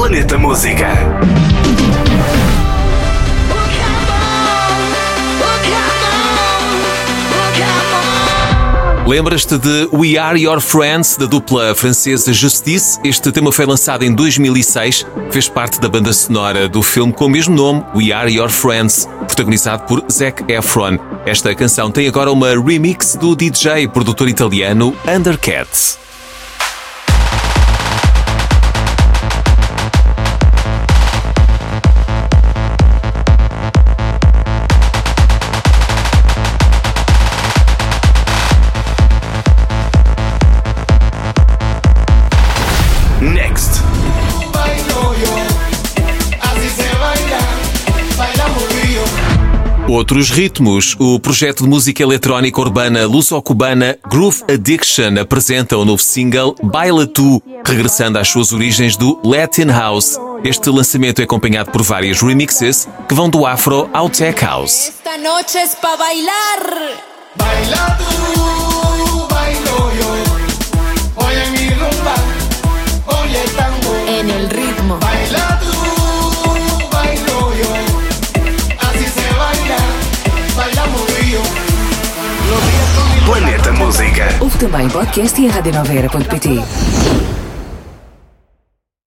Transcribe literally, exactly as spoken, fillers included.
Planeta Música. Lembras-te de We Are Your Friends, da dupla francesa Justice? Este tema foi lançado em dois mil e seis, fez parte da banda sonora do filme com o mesmo nome, We Are Your Friends, protagonizado por Zac Efron. Esta canção tem agora uma remix do D J e produtor italiano Undercat. Next. Outros ritmos. O projeto de música eletrónica urbana luso-cubana Groove Addiction apresenta o novo single Baila Tu, regressando às suas origens do Latin House. Este lançamento é acompanhado por várias remixes que vão do Afro ao Tech House. Esta noche es pa' bailar. Baila tú, bailo yo. Oye mi rumba, oye el tango. En el ritmo. Baila tú, bailo yo. Así se baila, bailamos tú y yo. Los días con mi Planeta Música. Ouve também podcast e em radionovera ponto pt.